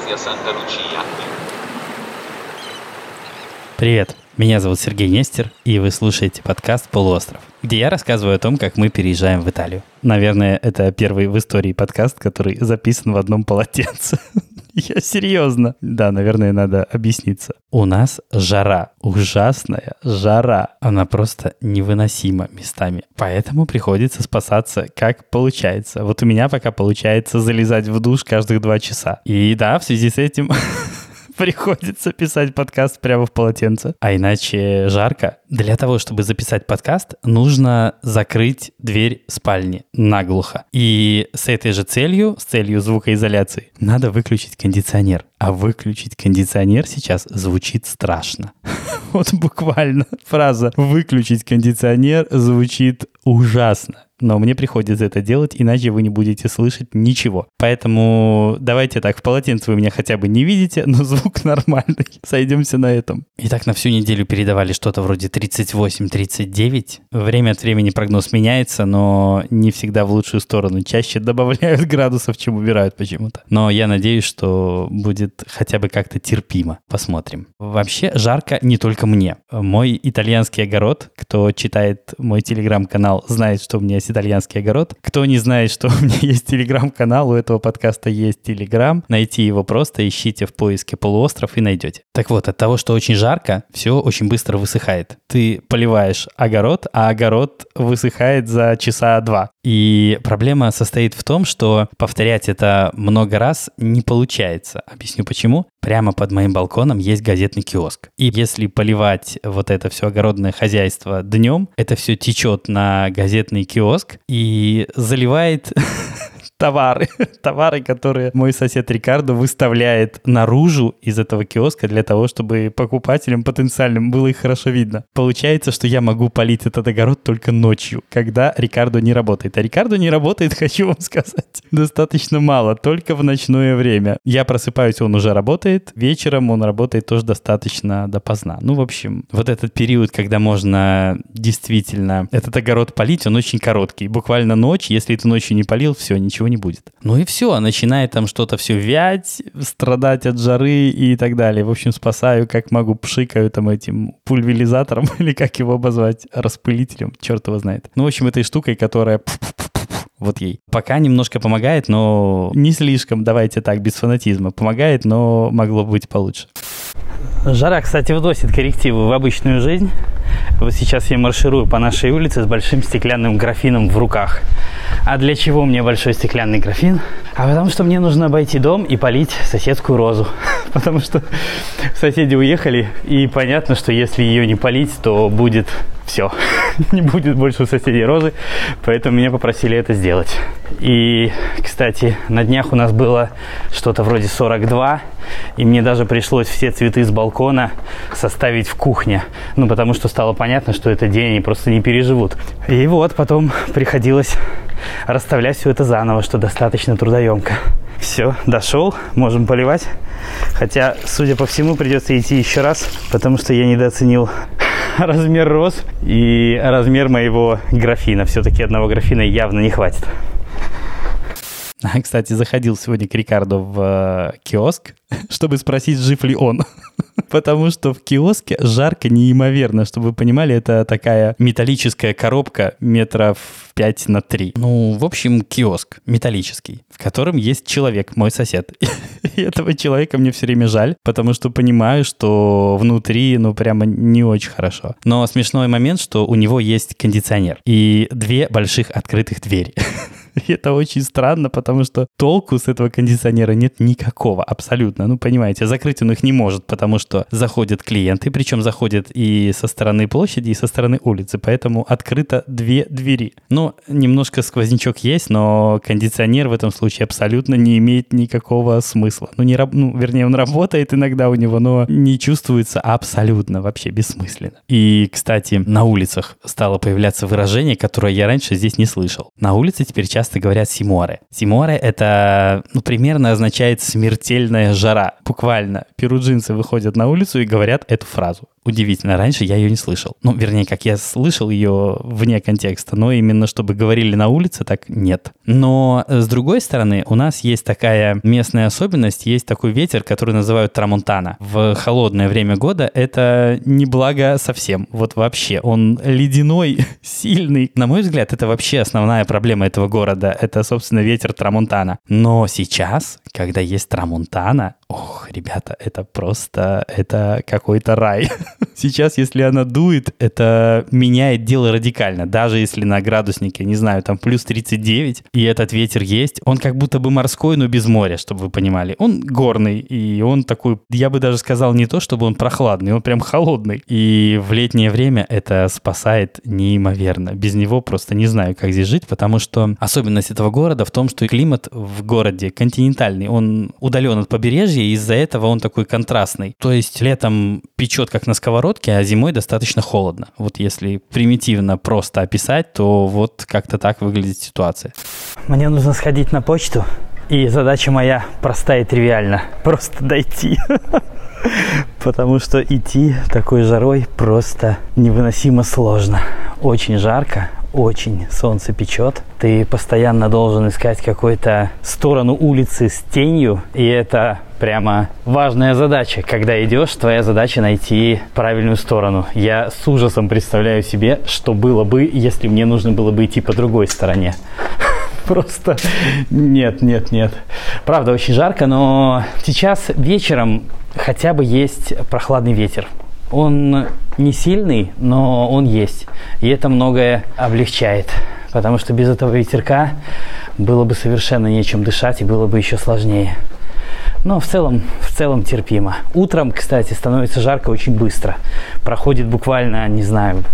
Zia Santa Lucia. Привет, меня зовут Сергей Нестер, и вы слушаете подкаст «Полуостров», где я рассказываю о том, как мы переезжаем в Италию. Наверное, это первый в истории подкаст, который записан в одном полотенце. Я серьезно. Да, наверное, надо объясниться. У нас жара, ужасная жара. Она просто невыносима местами. Поэтому приходится спасаться, как получается. Вот у меня пока получается залезать в душ каждых 2 часа. И да, в связи с этим... приходится писать подкаст прямо в полотенце. А иначе жарко. Для того, чтобы записать подкаст, нужно закрыть дверь спальни наглухо. И с этой же целью, с целью звукоизоляции, надо выключить кондиционер. А выключить кондиционер сейчас звучит страшно. Вот буквально фраза «выключить кондиционер» звучит ужасно. Но мне приходится это делать, иначе вы не будете слышать ничего. Поэтому давайте так, в полотенце вы меня хотя бы не видите, но звук нормальный. Сойдемся на этом. Итак, на всю неделю передавали что-то вроде 38-39. Время от времени прогноз меняется, но не всегда в лучшую сторону. Чаще добавляют градусов, чем убирают почему-то. Но я надеюсь, что будет хотя бы как-то терпимо. Посмотрим. Вообще жарко не только мне. Мой итальянский огород, кто читает мой телеграм-канал, знает, что у меня есть итальянский огород. Кто не знает, что у меня есть телеграм-канал, у этого подкаста есть телеграм. Найти его просто ищите в поиске «Полуостров» и найдете. Так вот, от того, что очень жарко, все очень быстро высыхает. Ты поливаешь огород, а огород высыхает за часа 2. И проблема состоит в том, что повторять это много раз не получается. Объясню почему. Прямо под моим балконом есть газетный киоск. И если поливать вот это все огородное хозяйство днем, это все течет на газетный киоск и заливает... Товары, которые мой сосед Рикардо выставляет наружу из этого киоска для того, чтобы покупателям потенциальным было их хорошо видно. Получается, что я могу полить этот огород только ночью, когда Рикардо не работает. А Рикардо не работает, хочу вам сказать, достаточно мало, только в ночное время. Я просыпаюсь, он уже работает, вечером он работает тоже достаточно допоздна. Ну, в общем, вот этот период, когда можно действительно этот огород полить, он очень короткий. Буквально ночь, если ты ночью не полил, все, ничего не будет. Ну и все, начинает там что-то все вять, страдать от жары и так далее. В общем, спасаю как могу, пшикаю там этим пульверизатором или как его обозвать, распылителем, черт его знает. Ну, в общем, этой штукой, которая... Вот ей. Пока немножко помогает, но не слишком, давайте так, без фанатизма. Помогает, но могло быть получше. Жара, кстати, вносит коррективы в обычную жизнь. Вот сейчас я марширую по нашей улице с большим стеклянным графином в руках. А для чего мне большой стеклянный графин? А потому что мне нужно обойти дом и полить соседскую розу. Потому что соседи уехали, и понятно, что если ее не полить, то будет все. Не будет больше у соседей розы, поэтому меня попросили это сделать. И, кстати, на днях у нас было что-то вроде 42, и мне даже пришлось все цветы с балкона составить в кухне. Ну, потому что стало понятно, что этот день они просто не переживут. И вот потом приходилось расставлять все это заново, что достаточно трудоемко. Все, дошел, можем поливать. Хотя, судя по всему, придется идти еще раз, потому что я недооценил размер роз и размер моего графина. Все-таки одного графина явно не хватит. Кстати, заходил сегодня к Рикардо в киоск, чтобы спросить, жив ли он. Потому что в киоске жарко неимоверно. Чтобы вы понимали, это такая металлическая коробка метров 5 на 3. Ну, в общем, киоск металлический, в котором есть человек, мой сосед. И этого человека мне все время жаль, потому что понимаю, что внутри, ну, прямо не очень хорошо. Но смешной момент, что у него есть кондиционер и 2 больших открытых двери. И это очень странно, потому что толку с этого кондиционера нет никакого, абсолютно. Ну, понимаете, закрыть он их не может, потому что заходят клиенты, причем заходят и со стороны площади, и со стороны улицы, поэтому открыто 2 двери. Ну, немножко сквознячок есть, но кондиционер в этом случае абсолютно не имеет никакого смысла. Вернее, он работает иногда у него, но не чувствуется абсолютно, вообще бессмысленно. И, кстати, на улицах стало появляться выражение, которое я раньше здесь не слышал. На улице теперь часто говорят «симоре». «Симоре» — это, примерно означает «смертельная жара». Буквально. Перуджинцы выходят на улицу и говорят эту фразу. Удивительно, раньше я ее не слышал. Ну, вернее, как я слышал ее вне контекста, но именно чтобы говорили на улице, так нет. Но, с другой стороны, у нас есть такая местная особенность, есть такой ветер, который называют трамонтана. В холодное время года это не благо совсем, вот вообще. Он ледяной, сильный. На мой взгляд, это вообще основная проблема этого города. Это, собственно, ветер трамонтана. Но сейчас, когда есть трамонтана, ох, ребята, это просто, это какой-то рай. Сейчас, если она дует, это меняет дело радикально. Даже если на градуснике, не знаю, там плюс 39, и этот ветер есть, он как будто бы морской, но без моря, чтобы вы понимали. Он горный, и он такой, я бы даже сказал, не то, чтобы он прохладный, он прям холодный. И в летнее время это спасает неимоверно. Без него просто не знаю, как здесь жить, потому что особенность этого города в том, что климат в городе континентальный, он удален от побережья, и из-за этого он такой контрастный. То есть летом печет, как на сковородке, а зимой достаточно холодно. Вот если примитивно просто описать, то вот как-то так выглядит ситуация. Мне нужно сходить на почту, и задача моя простая и тривиальна. Просто дойти. Потому что идти такой жарой просто невыносимо сложно. Очень жарко, очень солнце печет. Ты постоянно должен искать какую-то сторону улицы с тенью, и это прямо важная задача. Когда идешь, твоя задача найти правильную сторону. Я с ужасом представляю себе, что было бы, если мне нужно было бы идти по другой стороне. Просто нет. Правда, очень жарко, но сейчас вечером хотя бы есть прохладный ветер. Он не сильный, но он есть. И это многое облегчает. Потому что без этого ветерка было бы совершенно нечем дышать и было бы еще сложнее. Но в целом терпимо. Утром, кстати, становится жарко очень быстро. Проходит буквально, не знаю,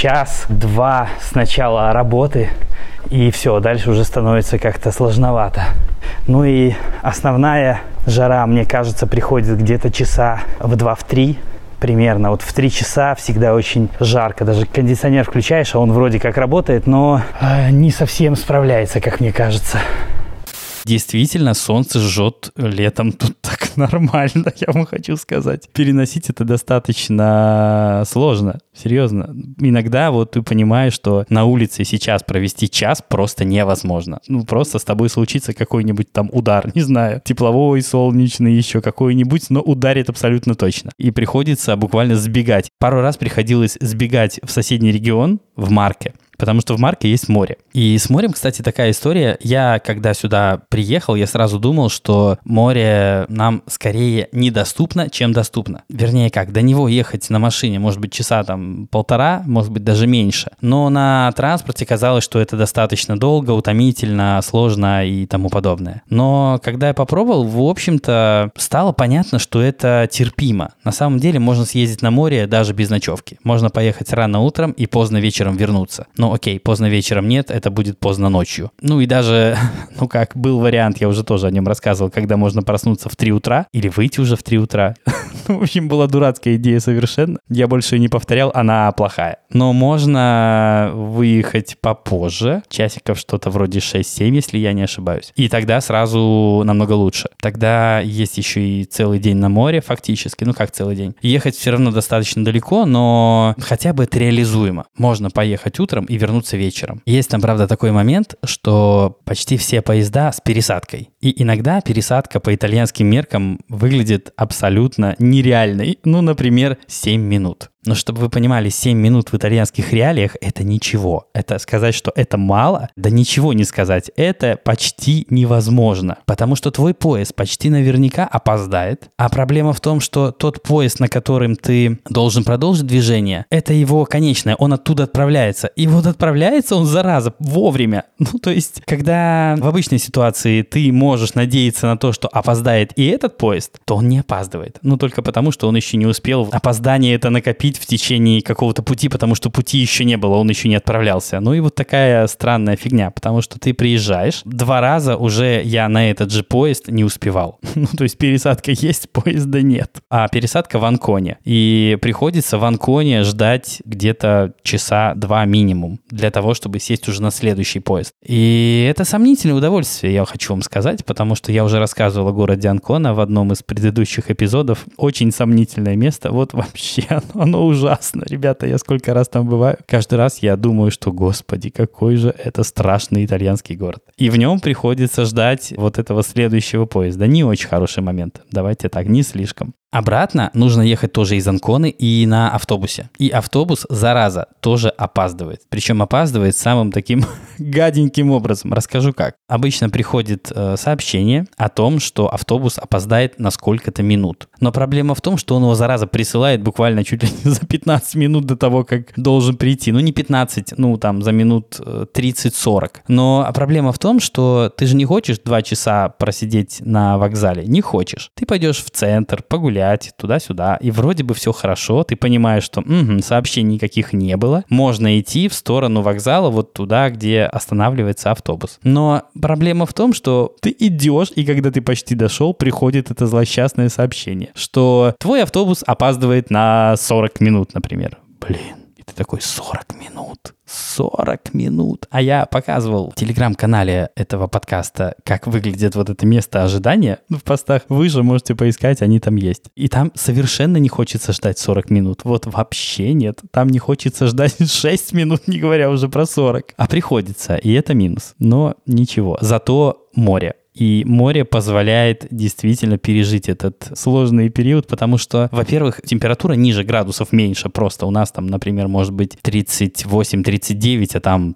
час-два с начала работы. И все, дальше уже становится как-то сложновато. Ну и основная жара, мне кажется, приходит где-то часа в 2-3 примерно. Вот в 3 часа всегда очень жарко. Даже кондиционер включаешь, а он вроде как работает, но не совсем справляется, как мне кажется. Действительно, солнце жжет летом тут так нормально, я вам хочу сказать. Переносить это достаточно сложно, серьезно. Иногда вот ты понимаешь, что на улице сейчас провести час просто невозможно. Ну, просто с тобой случится какой-нибудь там удар, не знаю, тепловой, солнечный, еще какой-нибудь, но ударит абсолютно точно. И приходится буквально сбегать. Пару раз приходилось сбегать в соседний регион, в Марке, потому что в Марке есть море. И с морем, кстати, такая история. Я, когда сюда приехал, я сразу думал, что море нам скорее недоступно, чем доступно. Вернее, как, до него ехать на машине, может быть, часа там 1,5, может быть, даже меньше. Но на транспорте казалось, что это достаточно долго, утомительно, сложно и тому подобное. Но когда я попробовал, в общем-то, стало понятно, что это терпимо. На самом деле можно съездить на море даже без ночевки. Можно поехать рано утром и поздно вечером вернуться. Но окей, поздно вечером нет, это будет поздно ночью. Ну и даже, был вариант, я уже тоже о нем рассказывал, когда можно проснуться в 3 утра или выйти уже в 3 утра. В общем, была дурацкая идея совершенно. Я больше не повторял, она плохая. Но можно выехать попозже, часиков что-то вроде 6-7, если я не ошибаюсь. И тогда сразу намного лучше. Тогда есть еще и целый день на море фактически. Ну как целый день? Ехать все равно достаточно далеко, но хотя бы это реализуемо. Можно поехать утром и вернуться вечером. Есть там, правда, такой момент, что почти все поезда с пересадкой. И иногда пересадка по итальянским меркам выглядит абсолютно нереальной. Ну, например, 7 минут. Но чтобы вы понимали, 7 минут в итальянских реалиях – это ничего. Это сказать, что это мало, да ничего не сказать. Это почти невозможно, потому что твой поезд почти наверняка опоздает. А проблема в том, что тот поезд, на котором ты должен продолжить движение, это его конечное, он оттуда отправляется. И вот отправляется он, зараза, вовремя. Ну, то есть, когда в обычной ситуации ты можешь надеяться на то, что опоздает и этот поезд, то он не опаздывает. Ну, только потому, что он еще не успел опоздание это накопить в течение какого-то пути, потому что пути еще не было, он еще не отправлялся. Ну и вот такая странная фигня, потому что ты приезжаешь, 2 раза уже я на этот же поезд не успевал. Ну, то есть пересадка есть, поезда нет. А пересадка в Анконе. И приходится в Анконе ждать где-то часа 2 минимум для того, чтобы сесть уже на следующий поезд. И это сомнительное удовольствие, я хочу вам сказать, потому что я уже рассказывал о городе Анкона в одном из предыдущих эпизодов. Очень сомнительное место. Вот вообще оно ужасно, ребята, я сколько раз там бываю. Каждый раз я думаю, что, господи, какой же это страшный итальянский город. И в нем приходится ждать вот этого следующего поезда. Не очень хороший момент. Давайте так, не слишком. Обратно нужно ехать тоже из Анконы и на автобусе. И автобус, зараза, тоже опаздывает. Причем опаздывает самым таким гаденьким образом. Расскажу как. Обычно приходит сообщение о том, что автобус опоздает на сколько-то минут. Но проблема в том, что он его, зараза, присылает буквально чуть ли не за 15 минут до того, как должен прийти. Ну, не 15, ну, там, за минут 30-40. Но проблема в том, что ты же не хочешь 2 часа просидеть на вокзале. Не хочешь. Ты пойдешь в центр, погулять, туда-сюда, и вроде бы все хорошо, ты понимаешь, что сообщений никаких не было, можно идти в сторону вокзала, вот туда, где останавливается автобус. Но проблема в том, что ты идешь, и когда ты почти дошел, приходит это злосчастное сообщение, что твой автобус опаздывает на 40 минут, например. Блин. И ты такой, 40 минут. 40 минут. А я показывал в телеграм-канале этого подкаста, как выглядит вот это место ожидания. Ну, в постах вы же можете поискать, они там есть. И там совершенно не хочется ждать 40 минут. Вот вообще нет. Там не хочется ждать 6 минут, не говоря уже про 40. А приходится, и это минус. Но ничего. Зато море. И море позволяет действительно пережить этот сложный период, потому что, во-первых, температура ниже градусов меньше просто. У нас там, например, может быть 38-39, а там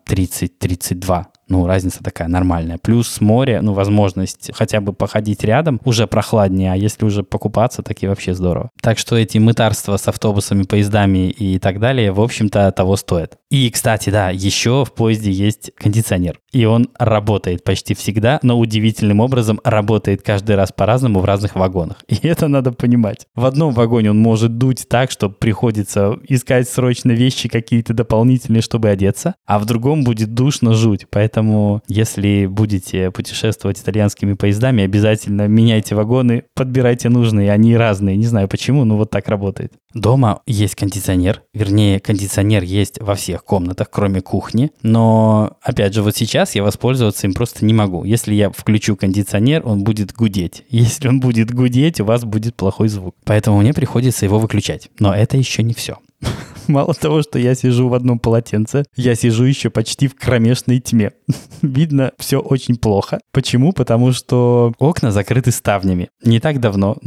30-32. Ну, разница такая нормальная. Плюс море, ну, возможность хотя бы походить рядом, уже прохладнее, а если уже покупаться, так и вообще здорово. Так что эти мытарства с автобусами, поездами и так далее, в общем-то, того стоят. И, кстати, да, еще в поезде есть кондиционер. И он работает почти всегда, но удивительным образом работает каждый раз по-разному в разных вагонах. И это надо понимать. В одном вагоне он может дуть так, что приходится искать срочно вещи какие-то дополнительные, чтобы одеться, а в другом будет душно жуть. Поэтому, если будете путешествовать итальянскими поездами, обязательно меняйте вагоны, подбирайте нужные, они разные. Не знаю почему, но вот так работает. Дома есть кондиционер, вернее, кондиционер есть во всех комнатах, кроме кухни, но, опять же, вот сейчас я воспользоваться им просто не могу. Если я включу кондиционер, он будет гудеть. Если он будет гудеть, у вас будет плохой звук. Поэтому мне приходится его выключать. Но это еще не все. Мало того, что я сижу в одном полотенце, я сижу еще почти в кромешной тьме. Видно все очень плохо. Почему? Потому что окна закрыты ставнями. Не так давно,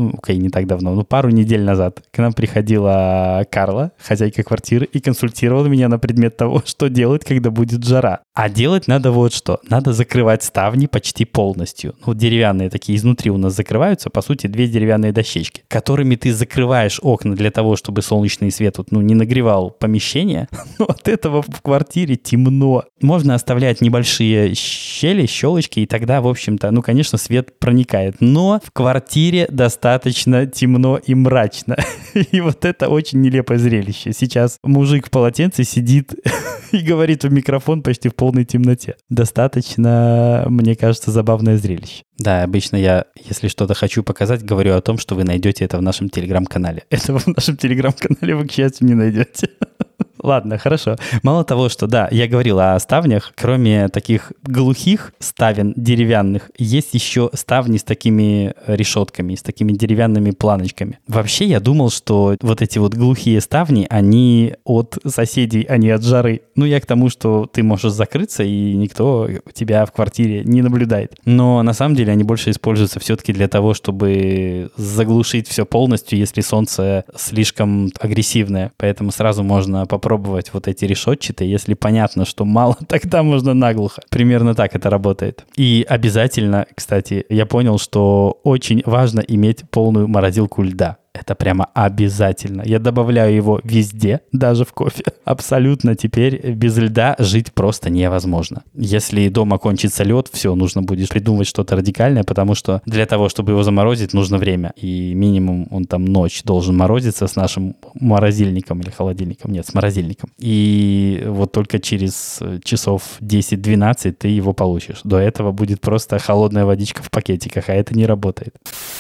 пару недель назад к нам приходила Карла, хозяйка квартиры, и консультировала меня на предмет того, что делать, когда будет жара. А делать надо вот что. Надо закрывать ставни почти полностью. Ну, деревянные такие изнутри у нас закрываются, по сути, 2 деревянные дощечки, которыми ты закрываешь окна для того, чтобы солнечный свет не нагревал помещение, но от этого в квартире темно. Можно оставлять небольшие щели, щелочки, и тогда, в общем-то, конечно, свет проникает. Но в квартире достаточно темно и мрачно. И вот это очень нелепое зрелище. Сейчас мужик в полотенце сидит и говорит в микрофон почти в полной темноте. Достаточно, мне кажется, забавное зрелище. Да, обычно я, если что-то хочу показать, говорю о том, что вы найдете это в нашем телеграм-канале. Этого в нашем телеграм-канале вы, к счастью, не найдете. Ладно, хорошо. Мало того, что, да, я говорил о ставнях, кроме таких глухих ставен деревянных, есть еще ставни с такими решетками, с такими деревянными планочками. Вообще, я думал, что вот эти вот глухие ставни, они от соседей, а не от жары. Я к тому, что ты можешь закрыться, и никто тебя в квартире не наблюдает. Но на самом деле они больше используются все-таки для того, чтобы заглушить все полностью, если солнце слишком агрессивное. Поэтому сразу можно попробовать вот эти решетчатые. Если понятно, что мало, тогда можно наглухо. Примерно так это работает. И обязательно, кстати, я понял, что очень важно иметь полную морозилку льда. Это прямо обязательно. Я добавляю его везде, даже в кофе. Абсолютно теперь без льда жить просто невозможно. Если дома кончится лед, все, нужно будет придумывать что-то радикальное, потому что для того, чтобы его заморозить, нужно время. И минимум он там ночь должен морозиться с нашим морозильником или холодильником. Нет, с морозильником. И вот только через часов 10-12 ты его получишь. До этого будет просто холодная водичка в пакетиках, а это не работает.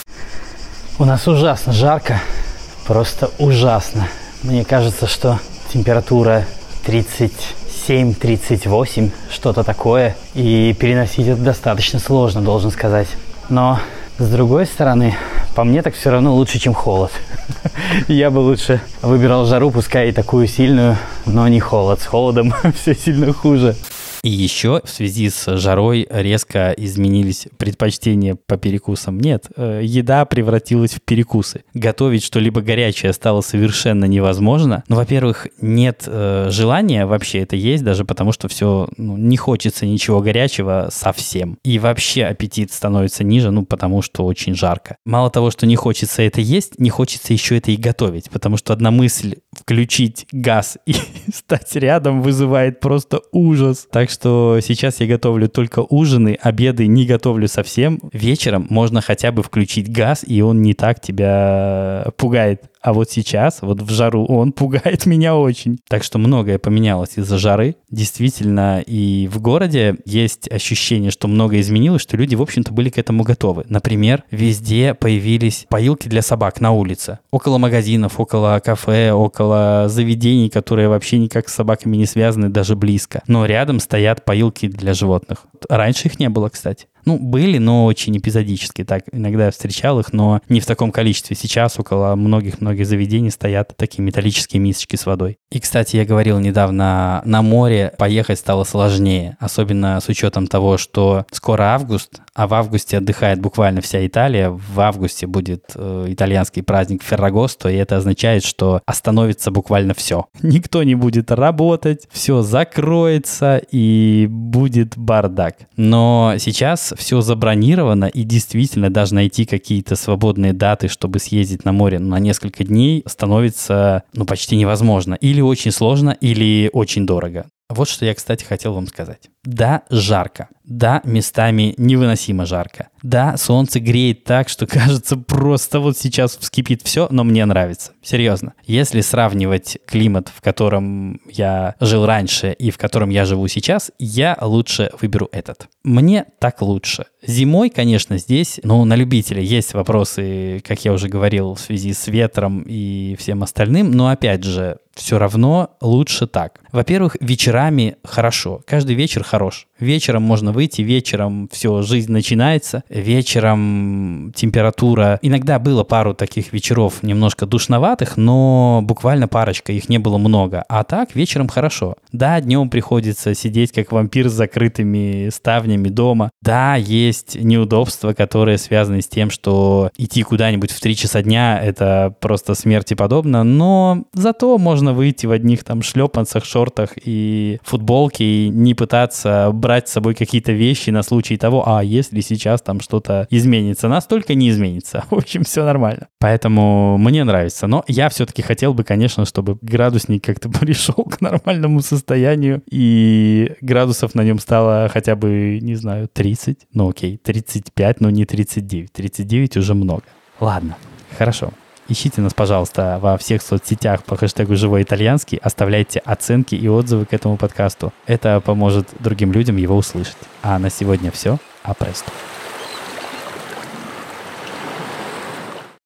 У нас ужасно жарко, просто ужасно. Мне кажется, что температура 37-38, что-то такое. И переносить это достаточно сложно, должен сказать. Но С другой стороны, по мне так все равно лучше, чем холод. Я бы лучше выбирал жару, пускай и такую сильную, но не холод. С холодом все сильно хуже. И еще в связи с жарой резко изменились предпочтения по перекусам. Нет, еда превратилась в перекусы. Готовить что-либо горячее стало совершенно невозможно. Ну, во-первых, нет желания вообще это есть, даже потому что все, не хочется ничего горячего совсем. И вообще аппетит становится ниже, потому что очень жарко. Мало того, что не хочется это есть, не хочется еще это и готовить, потому что одна мысль включить газ и стать рядом вызывает просто ужас. Так что сейчас я готовлю только ужины, обеды не готовлю совсем. Вечером можно хотя бы включить газ, и он не так тебя пугает. А вот сейчас, вот в жару, он пугает меня очень. Так что многое поменялось из-за жары. Действительно, и в городе есть ощущение, что многое изменилось, что люди, в общем-то, были к этому готовы. Например, везде появились поилки для собак на улице. Около магазинов, около кафе, около заведений, которые вообще никак с собаками не связаны, даже близко. Но рядом стоят поилки для животных. Раньше их не было, кстати. Были, но очень эпизодически. Так, иногда я встречал их, но не в таком количестве. Сейчас около многих-многих заведений стоят такие металлические мисочки с водой. И, кстати, я говорил недавно, на море поехать стало сложнее. Особенно с учетом того, что скоро август, а в августе отдыхает буквально вся Италия. В августе будет итальянский праздник Феррагосто, и это означает, что остановится буквально все. Никто не будет работать, все закроется и будет бардак. Но сейчас все забронировано, и действительно даже найти какие-то свободные даты, чтобы съездить на море на несколько дней, становится почти невозможно. Или очень сложно, или очень дорого. Вот что я, кстати, хотел вам сказать. Да, жарко. Да, местами невыносимо жарко. Да, солнце греет так, что кажется, просто вот сейчас вскипит все, но мне нравится. Серьезно. Если сравнивать климат, в котором я жил раньше и в котором я живу сейчас, я лучше выберу этот. Мне так лучше. Зимой, конечно, здесь, на любителя есть вопросы, как я уже говорил, в связи с ветром и всем остальным, но опять же, все равно лучше так. Во-первых, вечерами хорошо. Каждый вечер хорош. Вечером можно выйти, вечером все, жизнь начинается. Вечером температура... Иногда было пару таких вечеров немножко душноватых, но буквально парочка, их не было много. А так вечером хорошо. Да, днем приходится сидеть как вампир с закрытыми ставнями дома. Да, есть неудобства, которые связаны с тем, что идти куда-нибудь в 3 часа дня — это просто смерти подобно, но зато можно выйти в одних там шлепанцах, шортах и футболке и не пытаться брать с собой какие-то вещи на случай того, если сейчас там что-то изменится. Настолько не изменится. В общем, все нормально. Поэтому мне нравится. Но я все-таки хотел бы, конечно, чтобы градусник как-то пришел к нормальному состоянию и градусов на нем стало хотя бы, не знаю, 30. 35, но не 39. 39 уже много. Ладно, хорошо. Ищите нас, пожалуйста, во всех соцсетях по хэштегу «Живой итальянский», оставляйте оценки и отзывы к этому подкасту. Это поможет другим людям его услышать. А на сегодня все. А престо.